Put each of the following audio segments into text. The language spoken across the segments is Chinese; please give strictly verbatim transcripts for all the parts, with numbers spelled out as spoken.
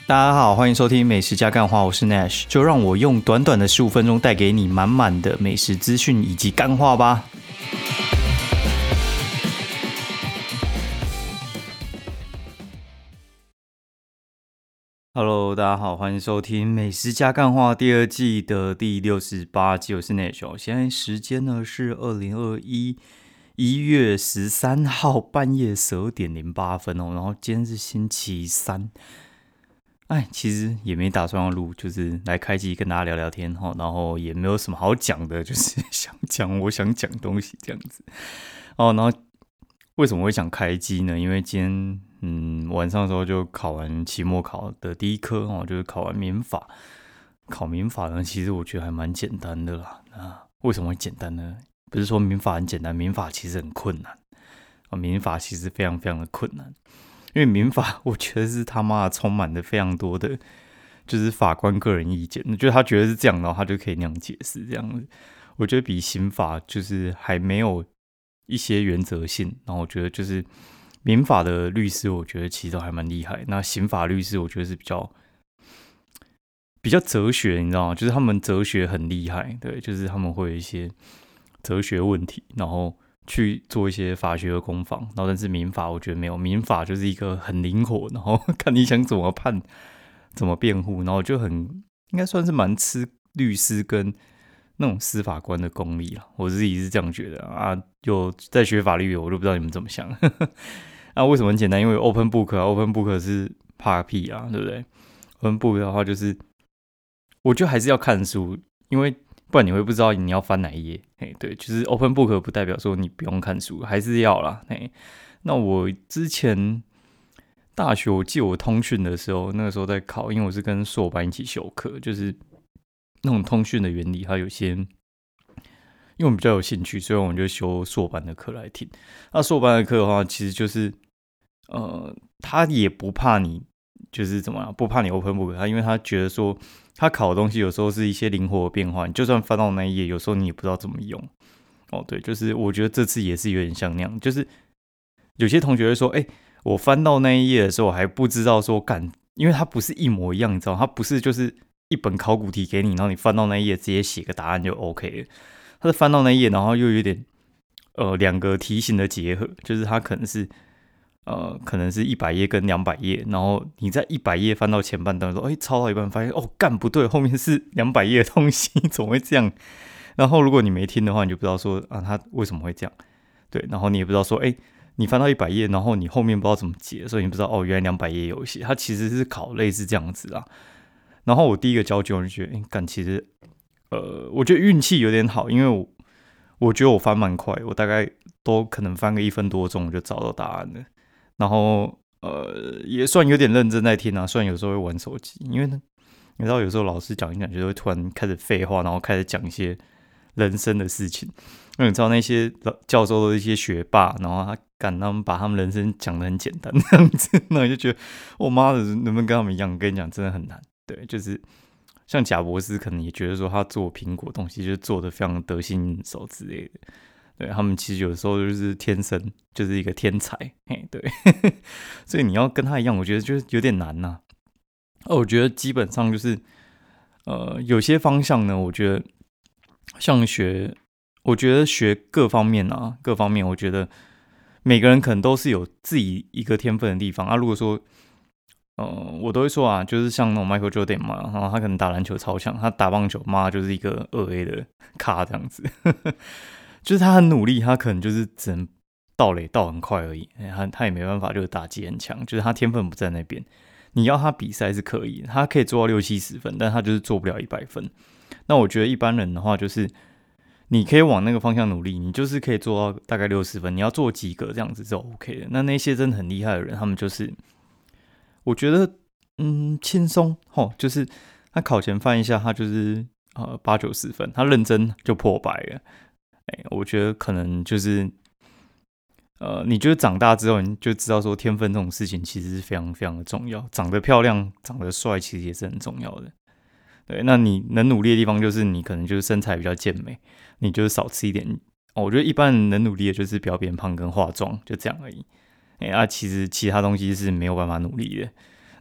大家好，欢迎收听美食加干话，我是 Nash， 就让我用短短的十五分钟带给你满满的美食资讯以及干话吧。Hello， 大家好，欢迎收听美食加干话第二季的第六十八集，我是 Nash。现在时间呢是二零二一一月十三号半夜十二点零八分哦，然后今天是星期三。哎，其实也没打算要录，就是来开机跟大家聊聊天哈，然后也没有什么好讲的，就是想讲我想讲东西这样子哦。然后为什么会想开机呢？因为今天嗯晚上的时候就考完期末考的第一科哦，就是考完民法。考民法呢，其实我觉得还蛮简单的啦。那为什么会简单呢？不是说民法很简单，民法其实很困难哦，民法其实非常非常的困难。因为民法，我觉得是他妈的充满了非常多的，就是法官个人意见。就是他觉得是这样，然后他就可以那样解释这样子。我觉得比刑法就是还没有一些原则性。然后我觉得就是民法的律师，我觉得其实都还蛮厉害。那刑法律师，我觉得是比较比较哲学，你知道吗？就是他们哲学很厉害，对，就是他们会有一些哲学问题，然后去做一些法学的攻防，然后但是民法我觉得没有，民法就是一个很灵活，然后看你想怎么判、怎么辩护，然后就很应该算是蛮吃律师跟那种司法官的功力啦。我自己是这样觉得啊，有在学法律的，我就不知道你们怎么想。啊，为什么很简单？因为 Open Book 啊 ，Open Book 是怕屁啊，对不对 ？Open Book 的话就是，我觉得还是要看书，因为不然你会不知道你要翻哪一页。嘿，对，就是 Open Book 不代表说你不用看书，还是要啦。嘿，那我之前大学，我记得我通讯的时候，那个时候在考，因为我是跟硕班一起修课，就是那种通讯的原理，它有些，因为我们比较有兴趣，所以我们就修硕班的课来听。那硕班的课的话，其实就是，呃，他也不怕你，就是怎么样，不怕你 Open Book，他因为他觉得说。他考的东西有时候是一些灵活的变化，你就算翻到那一页，有时候你也不知道怎么用。哦，对，就是我觉得这次也是有点像那样，就是有些同学会说，哎、欸，我翻到那一页的时候，我还不知道说干，因为它不是一模一样，你知道，它不是就是一本考古题给你，然后你翻到那一页直接写个答案就 OK 了。他是翻到那一页，然后又有点呃两个题型的结合，就是它可能是。呃，可能是一百页跟两百页，然后你在一百页翻到前半段说，哎、欸，抄到一半发现，哦，干不对，后面是两百页的东西，怎么会这样？然后如果你没听的话，你就不知道说啊，他为什么会这样？对，然后你也不知道说，哎、欸，你翻到一百页，然后你后面不知道怎么解，所以你不知道哦，原来两百页有写，它其实是考类似这样子啊。然后我第一个交卷，我就觉得，哎、欸，干，其实，呃，我觉得运气有点好，因为我我觉得我翻蛮快，我大概都可能翻个一分多钟，我就找到答案了。然后呃也算有点认真在听啊，虽然有时候会玩手机，因为呢，你知道有时候老师讲一讲，就会突然开始废话，然后开始讲一些人生的事情。那你知道那些教授都是一些学霸，然后他敢他们把他们人生讲得很简单这样子，那我就觉得我妈的能不能跟他们一样？我跟你讲，真的很难。对，就是像贾博士可能也觉得说他做苹果东西就做得非常得心应手之类的。对，他们其实有时候就是天生就是一个天才，嘿，对，所以你要跟他一样，我觉得就是有点难呐、啊。而我觉得基本上就是，呃，有些方向呢，我觉得像学，我觉得学各方面啊，各方面，我觉得每个人可能都是有自己一个天分的地方啊。如果说，呃，我都会说啊，就是像那种 Michael Jordan 嘛，然后他可能打篮球超强，他打棒球妈就是一个二 A 的咖这样子。就是他很努力，他可能就是只能盗垒盗很快而已，他他也没办法，就是打击很强，就是他天分不在那边。你要他比赛是可以，他可以做到六七十分，但他就是做不了一百分。那我觉得一般人的话，就是你可以往那个方向努力，你就是可以做到大概六十分，你要做及格这样子是 OK 的。那那些真的很厉害的人，他们就是我觉得嗯轻松吼，就是他考前翻一下，他就是呃八九十分，他认真就破百了。欸、我觉得可能就是，呃，你觉得长大之后，你就知道说天分这种事情其实是非常非常的重要。长得漂亮、长得帅，其实也是很重要的。对，那你能努力的地方就是你可能就是身材比较健美，你就是少吃一点。哦、我觉得一般人能努力的就是不要变胖跟化妆，就这样而已。哎、欸、啊，其实其他东西是没有办法努力的。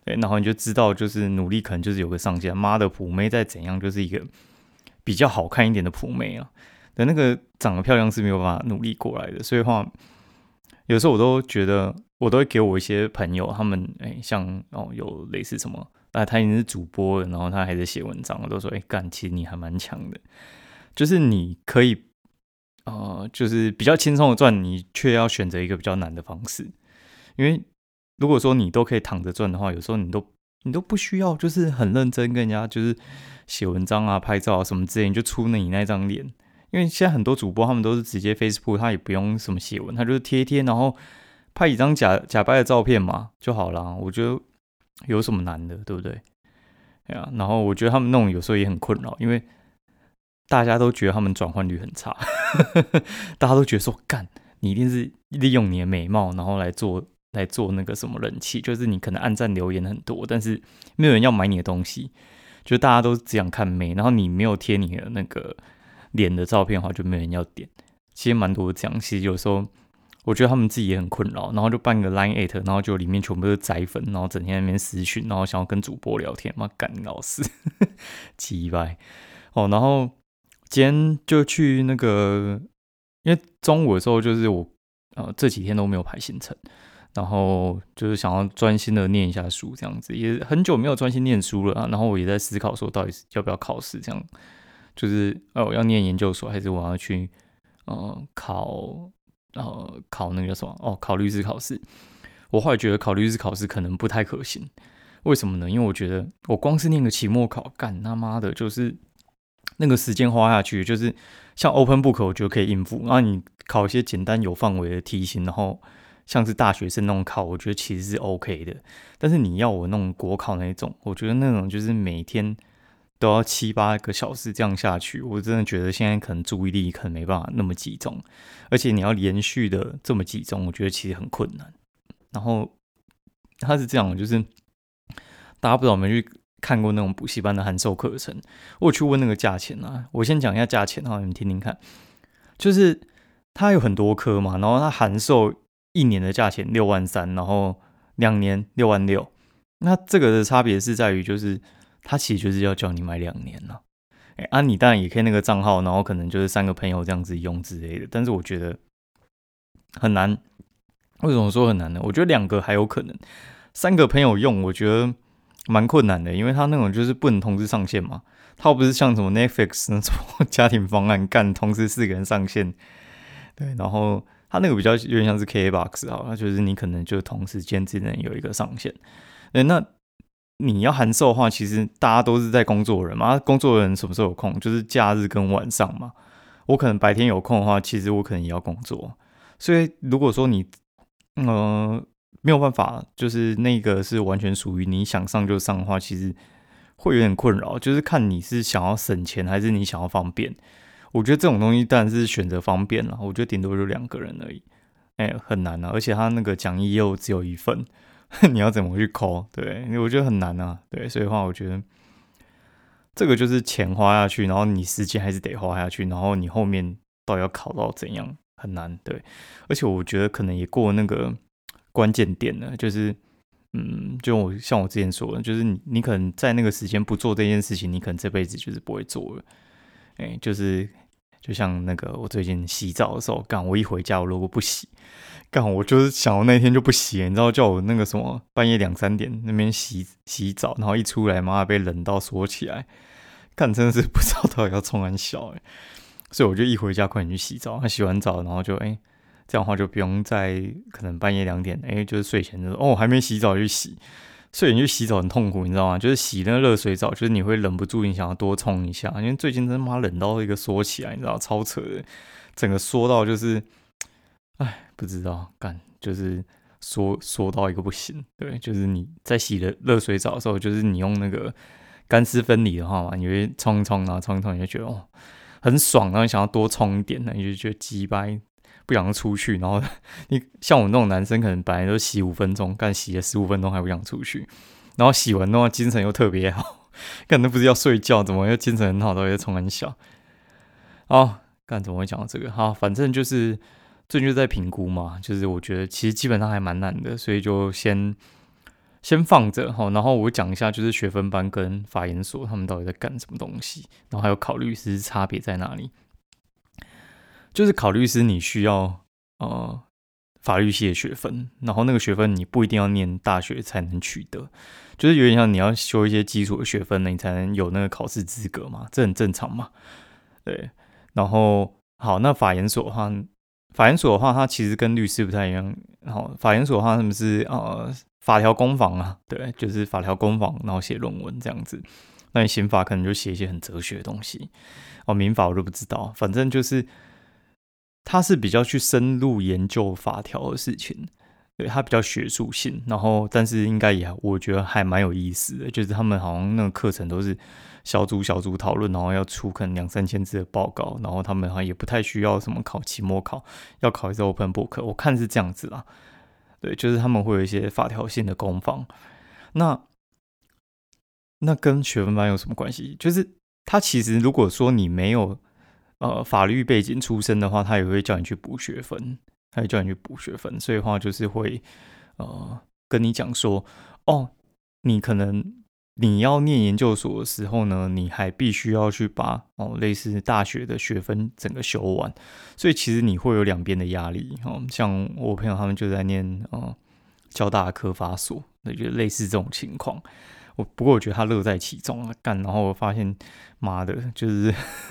对，然后你就知道就是努力可能就是有个上限。妈的，普妹再怎样就是一个比较好看一点的普妹啊，的那个长得漂亮是没有办法努力过来的，所以话有时候我都觉得，我都会给我一些朋友，他们哎、欸，像哦有类似什么啊，他已经是主播了，然后他还在写文章，我都说哎干、欸，其实你还蛮强的，就是你可以呃，就是比较轻松的赚，你却要选择一个比较难的方式，因为如果说你都可以躺着赚的话，有时候你都你都不需要就是很认真跟人家就是写文章啊、拍照啊什么之类，你就出那你那张脸。因为现在很多主播他们都是直接 Facebook， 他也不用什么写文，他就是贴一贴，然后拍一张假假掰的照片嘛就好啦。我觉得有什么难的，对不对？对啊，然后我觉得他们弄有时候也很困扰，因为大家都觉得他们转换率很差，大家都觉得说干，你一定是利用你的美貌，然后来做来做那个什么人气，就是你可能按赞留言很多，但是没有人要买你的东西，就大家都只想看美，然后你没有贴你的那个脸的照片的话，就没有人要点。其实蛮多这样，其实有时候我觉得他们自己也很困扰，然后就办个 Line at， 然后就里面全部都是宅粉，然后整天在那边私讯，然后想要跟主播聊天，妈干老师，鸡掰哦。然后今天就去那个，因为中午的时候就是我呃这几天都没有排行程，然后就是想要专心的念一下书，这样子也很久没有专心念书了啊。然后我也在思考说，到底要不要考试这样。就是哦，我要念研究所，还是我要去呃考呃考那个叫什么哦，考律师考试？我后来觉得考律师考试可能不太可行，为什么呢？因为我觉得我光是念个期末考，干他妈的，就是那个时间花下去，就是像 Open Book， 我觉得可以应付。然后你考一些简单有范围的题型，然后像是大学生那种考，我觉得其实是 OK 的。但是你要我那种国考那种，我觉得那种就是每天都要七八个小时这样下去，我真的觉得现在可能注意力可能没办法那么集中，而且你要连续的这么集中，我觉得其实很困难。然后他是这样，就是大家不知道有没有去看过那种补习班的函授课程，我有去问那个价钱啊。我先讲一下价钱，然后你们听听看。就是它有很多科嘛，然后它函授一年的价钱六万三，然后两年六万六。那这个的差别是在于，就是他其实就是要叫你买两年了、啊。哎、欸，啊，你当然也可以那个账号，然后可能就是三个朋友这样子用之类的。但是我觉得很难。为什么说很难呢？我觉得两个还有可能，三个朋友用，我觉得蛮困难的，因为他那种就是不能同时上线嘛。他又不是像什么 Netflix 那种家庭方案，干同时四个人上线。对，然后他那个比较有点像是 K B O X 啊，就是你可能就同时间只能有一个上线。对，那你要函授的话，其实大家都是在工作的人嘛，工作的人什么时候有空？就是假日跟晚上嘛。我可能白天有空的话，其实我可能也要工作。所以如果说你呃没有办法，就是那个是完全属于你想上就上的话，其实会有点困扰。就是看你是想要省钱还是你想要方便。我觉得这种东西当然是选择方便了。我觉得顶多就两个人而已，哎、欸，很难啊。而且他那个讲义又只有一份。你要怎么去抠？对，我觉得很难啊。对，所以的话，我觉得这个就是钱花下去，然后你时间还是得花下去，然后你后面到底要考到怎样，很难。对，而且我觉得可能也过那个关键点了，就是嗯，就我像我之前说的，就是你你可能在那个时间不做这件事情，你可能这辈子就是不会做了。哎、欸，就是就像那个我最近洗澡的时候，干我一回家，我如果不洗。干，我就是想我那天就不洗，你知道，叫我那个什么半夜两三点那边洗洗澡，然后一出来，妈被冷到缩起来，干真的是不知道到底要冲完小哎，所以我就一回家快点去洗澡，洗完澡然后就哎、欸，这样的话就不用再可能半夜两点哎、欸，就是睡前就说哦还没洗澡就洗，睡前去洗澡很痛苦，你知道吗？就是洗那个热水澡，就是你会忍不住你想要多冲一下，因为最近真他妈冷到一个缩起来，你知道超扯的，整个缩到就是。哎，不知道，干就是缩缩到一个不行。对，就是你在洗的热水澡的时候，就是你用那个干湿分离的话嘛，你会冲一冲，然后冲一冲，你就觉得哦很爽，然后你想要多冲一点，那你就觉得鸡掰，不想出去。然后你像我那种男生，可能本来都洗五分钟，干洗了十五分钟还不想出去，然后洗完的话精神又特别好，干那不是要睡觉，怎么又精神很好，都会冲很小。哦，干怎么会讲到这个？好，反正就是。最近就在评估嘛，就是我觉得其实基本上还蛮难的，所以就先先放着哈，然后我讲一下就是学分班跟法研所他们到底在干什么东西，然后还有考律师差别在哪里。就是考律师你需要呃法律系的学分，然后那个学分你不一定要念大学才能取得，就是有点像你要修一些基础的学分呢，你才能有那个考试资格嘛，这很正常嘛。对，然后好，那法研所的话，法研所的话，它其实跟律师不太一样。然后法研所的话，他们是呃法条攻防啊，对，就是法条攻防，然后写论文这样子。那你刑法可能就写一些很哲学的东西，哦，民法我都不知道，反正就是它是比较去深入研究法条的事情。对，它比较学术性，然后但是应该也我觉得还蛮有意思的，就是他们好像那个课程都是小组小组讨论，然后要出可能两三千字的报告，然后他们好像也不太需要什么考期末考，要考一次 open book， 我看是这样子啦。对，就是他们会有一些法条性的攻防，那那跟学分班有什么关系？就是他其实如果说你没有呃法律背景出身的话，他也会叫你去补学分。他会叫你去补学分，所以的话就是会呃跟你讲说，哦，你可能你要念研究所的时候呢，你还必须要去把哦类似大学的学分整个修完，所以其实你会有两边的压力哦。像我朋友他们就在念呃交大科法所，那就类似这种情况。我不过我觉得他乐在其中啊，干，然后我发现妈的，就是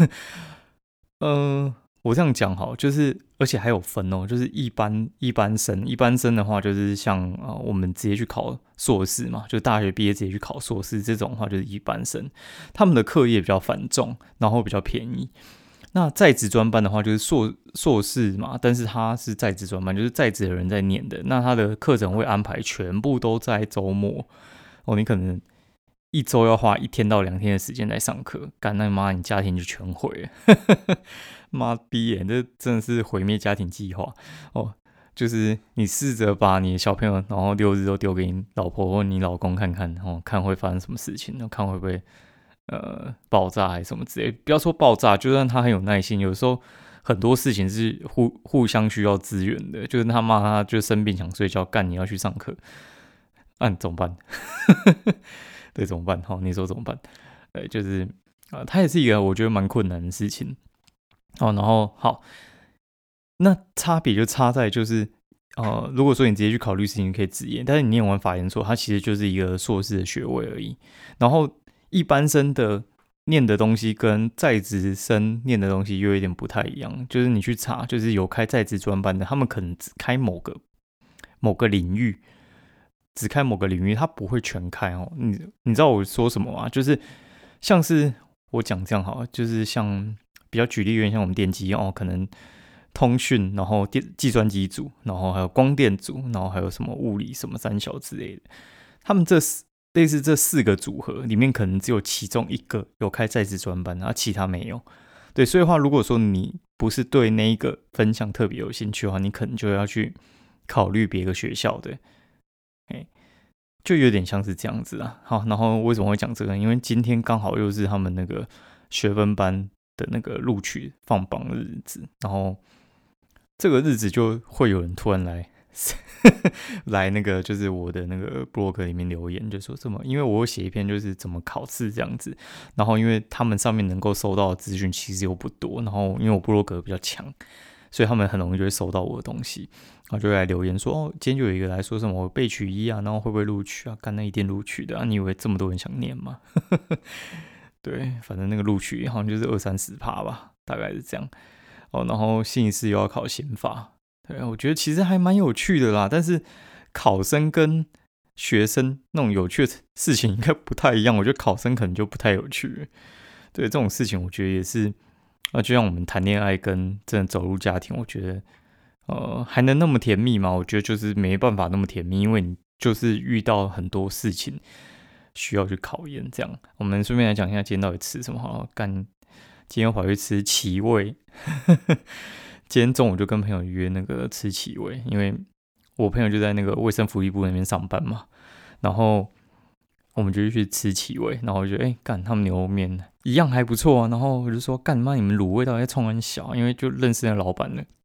呃。我这样讲好，就是而且还有分哦，就是一般一般生，一般生的话就是像呃我们直接去考硕士嘛，就大学毕业直接去考硕士这种的话就是一般生，他们的课业比较繁重，然后比较便宜。那在职专班的话就是硕硕士嘛，但是他是在职专班，就是在职的人在念的，那他的课程会安排全部都在周末哦，你可能一周要花一天到两天的时间来上课，干那妈你家庭就全毁了。妈逼耶，这真的是毁灭家庭计划哦！就是你试着把你的小朋友，然后六日都丢给你老婆或你老公看看，哦，看会发生什么事情，看会不会呃爆炸还是什么之类。不要说爆炸，就算他很有耐心，有时候很多事情是互互相需要资源的。就是他妈他就生病想睡觉，干你要去上课，那、啊、你怎么办？对，怎么办？好，你说怎么办？呃，就是啊、呃，它也是一个我觉得蛮困难的事情。哦，然后好，那差别就差在就是，呃，如果说你直接去考律师，你可以直研，但是你念完法研所，它其实就是一个硕士的学位而已。然后一般生的念的东西跟在职生念的东西又有点不太一样，就是你去查，就是有开在职专班的，他们可能只开某个某个领域，只开某个领域，他不会全开哦。你你知道我说什么吗？就是像是我讲这样好了，就是像。比较举例，有点像我们电机哦，可能通讯，然后电计算机组，然后还有光电组，然后还有什么物理什么三小之类的。他们这类似这四个组合里面，可能只有其中一个有开在职专班，然后其他没有。对，所以的话，如果说你不是对那一个分项特别有兴趣的话，你可能就要去考虑别个学校的，哎，就有点像是这样子啊。好，然后为什么会讲这个？因为今天刚好又是他们那个学分班的那个录取放榜的日子，然后这个日子就会有人突然来来那个就是我的那个 blog 里面留言，就说什么，因为我有写一篇就是怎么考试这样子，然后因为他们上面能够收到的资讯其实又不多，然后因为我 blog 比较强，所以他们很容易就会收到我的东西，然后就会来留言说，哦，今天就有一个来说什么我被取一啊，然后会不会录取啊？干那一定录取的啊！你以为这么多人想念吗？对，反正那个录取好像就是二三十趴吧，大概是这样。哦，然后新一次又要考刑法，对，我觉得其实还蛮有趣的啦。但是考生跟学生那种有趣的事情应该不太一样，我觉得考生可能就不太有趣。对，这种事情我觉得也是啊，就像我们谈恋爱跟真的走入家庭，我觉得呃还能那么甜蜜吗？我觉得就是没办法那么甜蜜，因为你就是遇到很多事情。需要去考验，这样我们顺便来讲一下今天到底吃什么好了。干，今天跑去吃奇味，今天中午就跟朋友约那个吃奇味，因为我朋友就在那个卫生福利部那边上班嘛，然后我们就去吃奇味，然后我就哎干，他们牛肉面一样还不错啊，然后我就说干妈你们卤味到底在冲很小，因为就认识那老板了，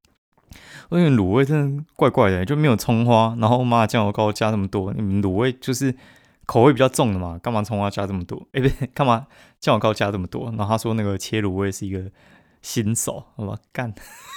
因为卤味真的怪怪的，就没有葱花，然后妈酱油膏加这么多，你们卤味就是口味比较重的嘛，干嘛葱花加这么多？哎、欸，不对，干嘛酱油膏加这么多？然后他说那个切卤味是一个新手，好吧，干，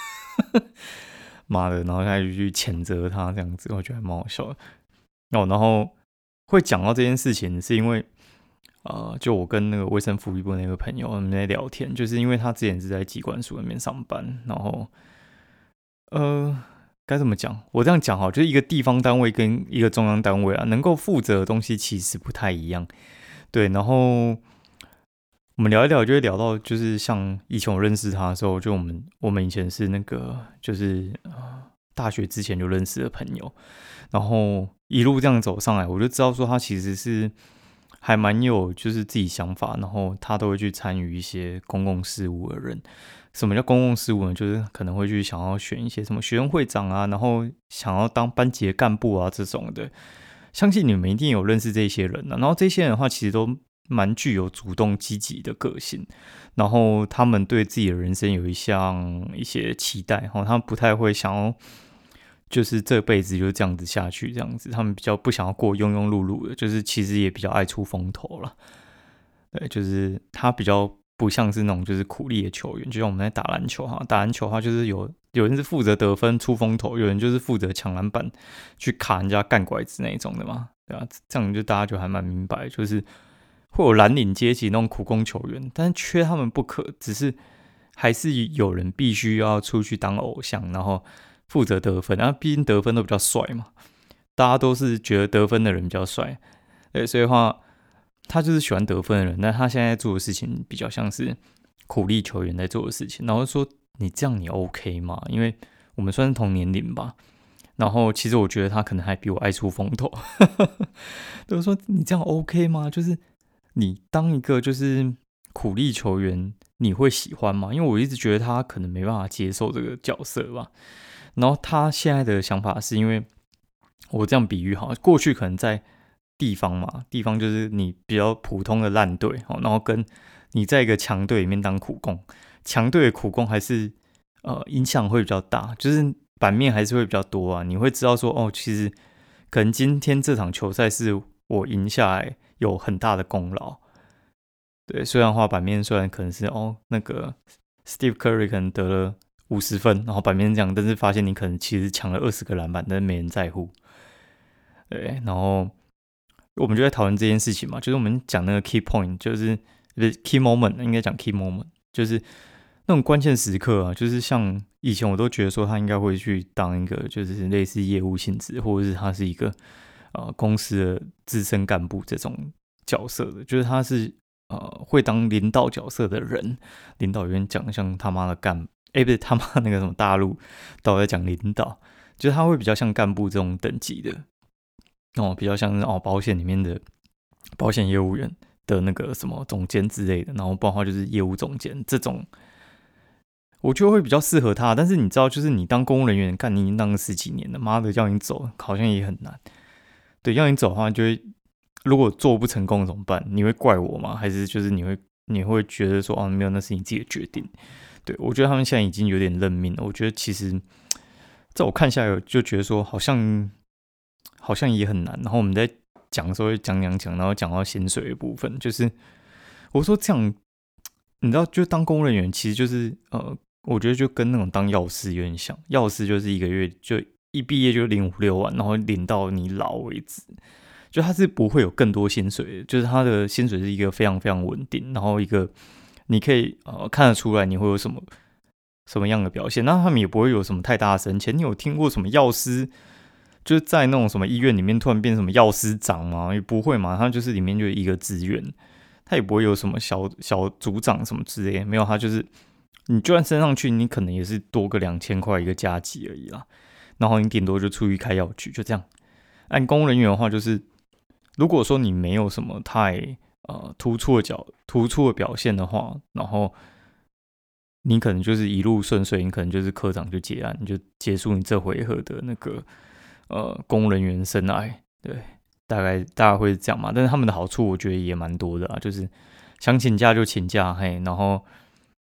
妈的，然后他就去谴责他这样子，我觉得还蛮好笑的。哦，然后会讲到这件事情，是因为呃，就我跟那个卫生福利部那个朋友我们在聊天，就是因为他之前是在机关署那边上班，然后呃，该怎么讲？我这样讲哈，就是一个地方单位跟一个中央单位啊，能够负责的东西其实不太一样。对，然后我们聊一聊，就会聊到，就是像以前我认识他的时候，就我们我们以前是那个，就是呃大学之前就认识的朋友，然后一路这样走上来，我就知道说他其实是还蛮有就是自己想法，然后他都会去参与一些公共事务的人。什么叫公共事务呢？就是可能会去想要选一些什么学生会长啊，然后想要当班级的干部啊这种的。相信你们一定有认识这些人啊，然后这些人的话，其实都蛮具有主动积极的个性，然后他们对自己的人生有一项一些期待，然后他们不太会想要就是这辈子就这样子下去，这样子，他们比较不想要过庸庸碌碌的，就是其实也比较爱出风头了。对，就是他比较不像是那种就是苦力的球员，就像我们在打篮球哈，打篮球的话就是有有人是负责得分出风头，有人就是负责抢篮板去卡人家干拐子那一种的嘛，对吧、啊？这样就大家就还蛮明白，就是会有蓝领阶级那种苦工球员，但是缺他们不可，只是还是有人必须要出去当偶像，然后负责得分，然后毕竟得分都比较帅嘛，大家都是觉得得分的人比较帅，对，所以的话。他就是喜欢得分的人，但他现在做的事情比较像是苦力球员在做的事情。然后说你这样你 OK 吗？因为我们算是同年龄吧。然后其实我觉得他可能还比我爱出风头。就是说你这样 OK 吗？就是你当一个就是苦力球员，你会喜欢吗？因为我一直觉得他可能没办法接受这个角色吧。然后他现在的想法是因为我这样比喻好，过去可能在地方嘛，地方就是你比较普通的烂队，然后跟你在一个强队里面当苦工，强队的苦工还是呃影响会比较大，就是版面还是会比较多啊。你会知道说，哦，其实可能今天这场球赛是我赢下来有很大的功劳。对，虽然话版面虽然可能是哦那个 Steve Curry 可能得了五十分，然后版面这样，但是发现你可能其实抢了二十个篮板，但是没人在乎。对，然后。我们就在讨论这件事情嘛，就是我们讲那个 key point，就是不是 key moment， 应该讲 key moment， 就是那种关键时刻啊，就是像以前我都觉得说他应该会去当一个就是类似业务性质，或者是他是一个呃公司的资深干部这种角色的，就是他是呃会当领导角色的人，领导有点讲像他妈的干，哎、欸、不是他妈那个什么大陆，都在讲领导，就是他会比较像干部这种等级的。哦，比较像是哦保险里面的保险业务员的那个什么总监之类的，然后不然的话就是业务总监这种，我觉得会比较适合他。但是你知道，就是你当公务人员，干你已经当了十几年了，妈的叫你走好像也很难。对，要你走的话，就会如果做不成功怎么办？你会怪我吗？还是就是你会你会觉得说哦没有，那是你自己的决定？对我觉得他们现在已经有点认命了。我觉得其实在我看下来，就觉得说好像。好像也很难，然后我们在讲的时候讲讲讲，然后讲到薪水的部分，就是我说这样，你知道，就当公务人员其实就是呃，我觉得就跟那种当药师有点像，药师就是一个月就一毕业就领五六万，然后领到你老为止，就他是不会有更多薪水的，就是他的薪水是一个非常非常稳定，然后一个你可以呃看得出来你会有什么什么样的表现，那他们也不会有什么太大的升迁。你有听过什么药师？就是在那种什么医院里面突然变什么药师长嘛，也不会嘛，他就是里面就一个资源，他也不会有什么小小组长什么之类的，没有，他就是你就算升上去，你可能也是多个两千块一个加级而已啦，然后你顶多就出去开药局，就这样。按公务人员的话，就是如果说你没有什么太呃突出的角突出的表现的话，然后你可能就是一路顺遂，你可能就是科长就结案，你就结束你这回合的那个。呃，公务人员生涯，对，大概大概会是这样嘛。但是他们的好处，我觉得也蛮多的啊，就是想请假就请假，嘿，然后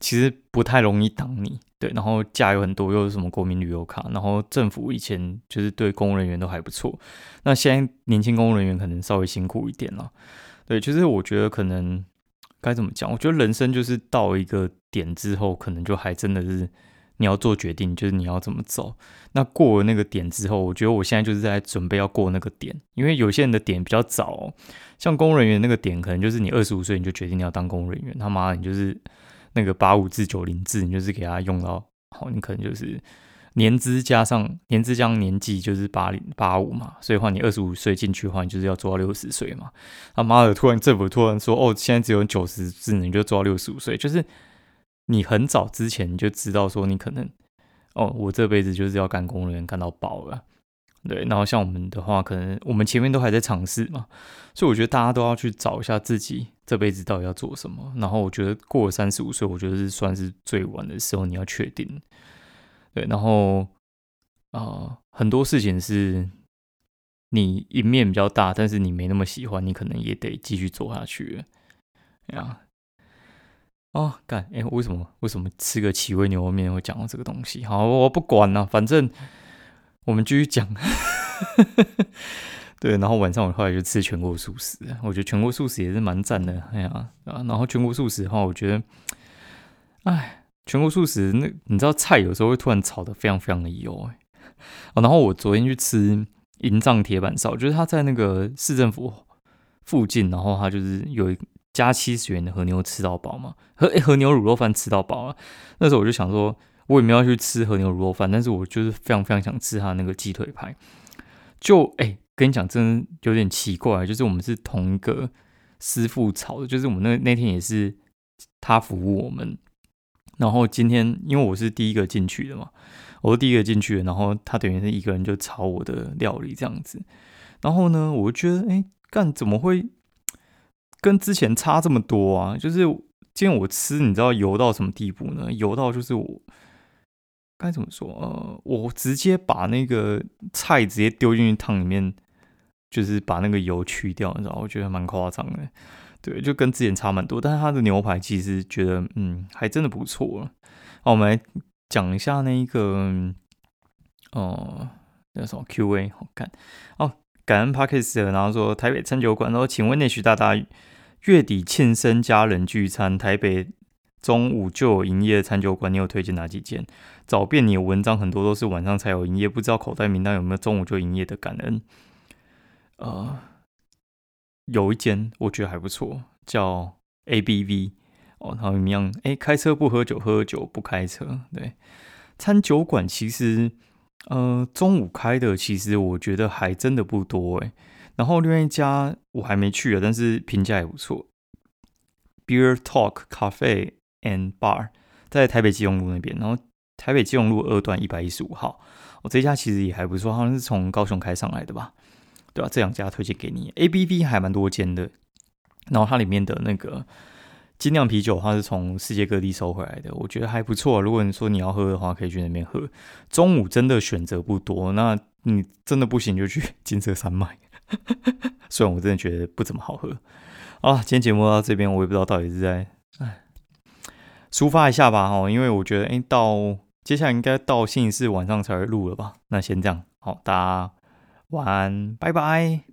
其实不太容易挡你。对，然后假有很多，又是什么国民旅游卡，然后政府以前就是对公务人员都还不错，那现在年轻公务人员可能稍微辛苦一点了。对，就是我觉得可能该怎么讲？我觉得人生就是到一个点之后，可能就还真的是你要做决定，就是你要怎么走。那过了那个点之后，我觉得我现在就是在准备要过那个点，因为有些人的点比较早、哦，像公务人员那个点，可能就是你二十五岁你就决定你要当公务人员，他妈你就是那个八五至九零制，你就是给他用到好，你可能就是年资加上年资加上年纪就是八零八五嘛，所以话你二十五岁进去的话，你就是要做到六十岁嘛。他妈的，突然政府突然说，哦，现在只有九十制，你就做到六十五岁，就是你很早之前你就知道说你可能，哦，我这辈子就是要干公务员干到饱了。对，然后像我们的话，可能我们前面都还在尝试嘛，所以我觉得大家都要去找一下自己这辈子到底要做什么。然后我觉得过了三十五岁，我觉得是算是最晚的时候，你要确定。对，然后啊、呃，很多事情是你赢面比较大，但是你没那么喜欢，你可能也得继续做下去了。哎呀，哦，干，哎，为什么为什么吃个奇味牛肉面会讲到这个东西？好，我不管了、啊，反正我们继续讲。对，然后晚上我后来就吃全国素食，我觉得全国素食也是蛮赞的。哎呀，然后全国素食的话，我觉得，哎，全国素食那你知道菜有时候会突然炒得非常非常的油，哎、哦，然后我昨天去吃银藏铁板烧，就是他在那个市政府附近，然后他就是有一加七十元的和牛吃到饱嘛，和、欸、和牛卤肉饭吃到饱啊。那时候我就想说，我也没有要去吃和牛卤肉饭，但是我就是非常非常想吃他那个鸡腿排。就哎、欸，跟你讲，真的有点奇怪，就是我们是同一个师傅炒的，就是我们那那天也是他服务我们，然后今天因为我是第一个进去的嘛，我是第一个进去的，然后他等于是一个人就炒我的料理这样子，然后呢，我就觉得哎，干、欸、怎么会跟之前差这么多啊？就是今天我吃，你知道油到什么地步呢？油到就是我。该怎么说？呃，我直接把那个菜直接丢进去汤里面，就是把那个油去掉，你知道？我觉得蛮夸张的，对，就跟之前差蛮多。但是它的牛排其实觉得，嗯，还真的不错了。好，我们来讲一下那一个，呃，那什么 Q A 好看哦。感恩 Podcast， 然后说台北餐酒馆，然后请问内许大大月底庆生家人聚餐，台北中午就有营业的餐酒馆，你有推荐哪几间？找遍你的文章很多都是晚上才有营业，不知道口袋名单有没有中午就营业的？感恩。呃，有一间我觉得还不错，叫 A B V 哦，他们一样，哎，开车不喝酒，喝酒不开车。对，餐酒馆其实呃中午开的，其实我觉得还真的不多哎。然后另外一家我还没去啊，但是评价也不错 ，Beer Talk Cafe and Bar 在台北基隆路那边，然后。台北基隆路二段一百一十五号，我、哦、这家其实也还不错，好像是从高雄开上来的吧？对啊，这两家推荐给你。A B V 还蛮多间的，然后它里面的那个精酿啤酒，它是从世界各地收回来的，我觉得还不错。如果你说你要喝的话，可以去那边喝。中午真的选择不多，那你真的不行就去金色山脉。虽然我真的觉得不怎么好喝。啊，今天节目到这边，我也不知道到底是在哎。抒发一下吧，因为我觉得，哎，到接下来应该到星期四晚上才会录了吧？那先这样，好，大家晚安，拜拜。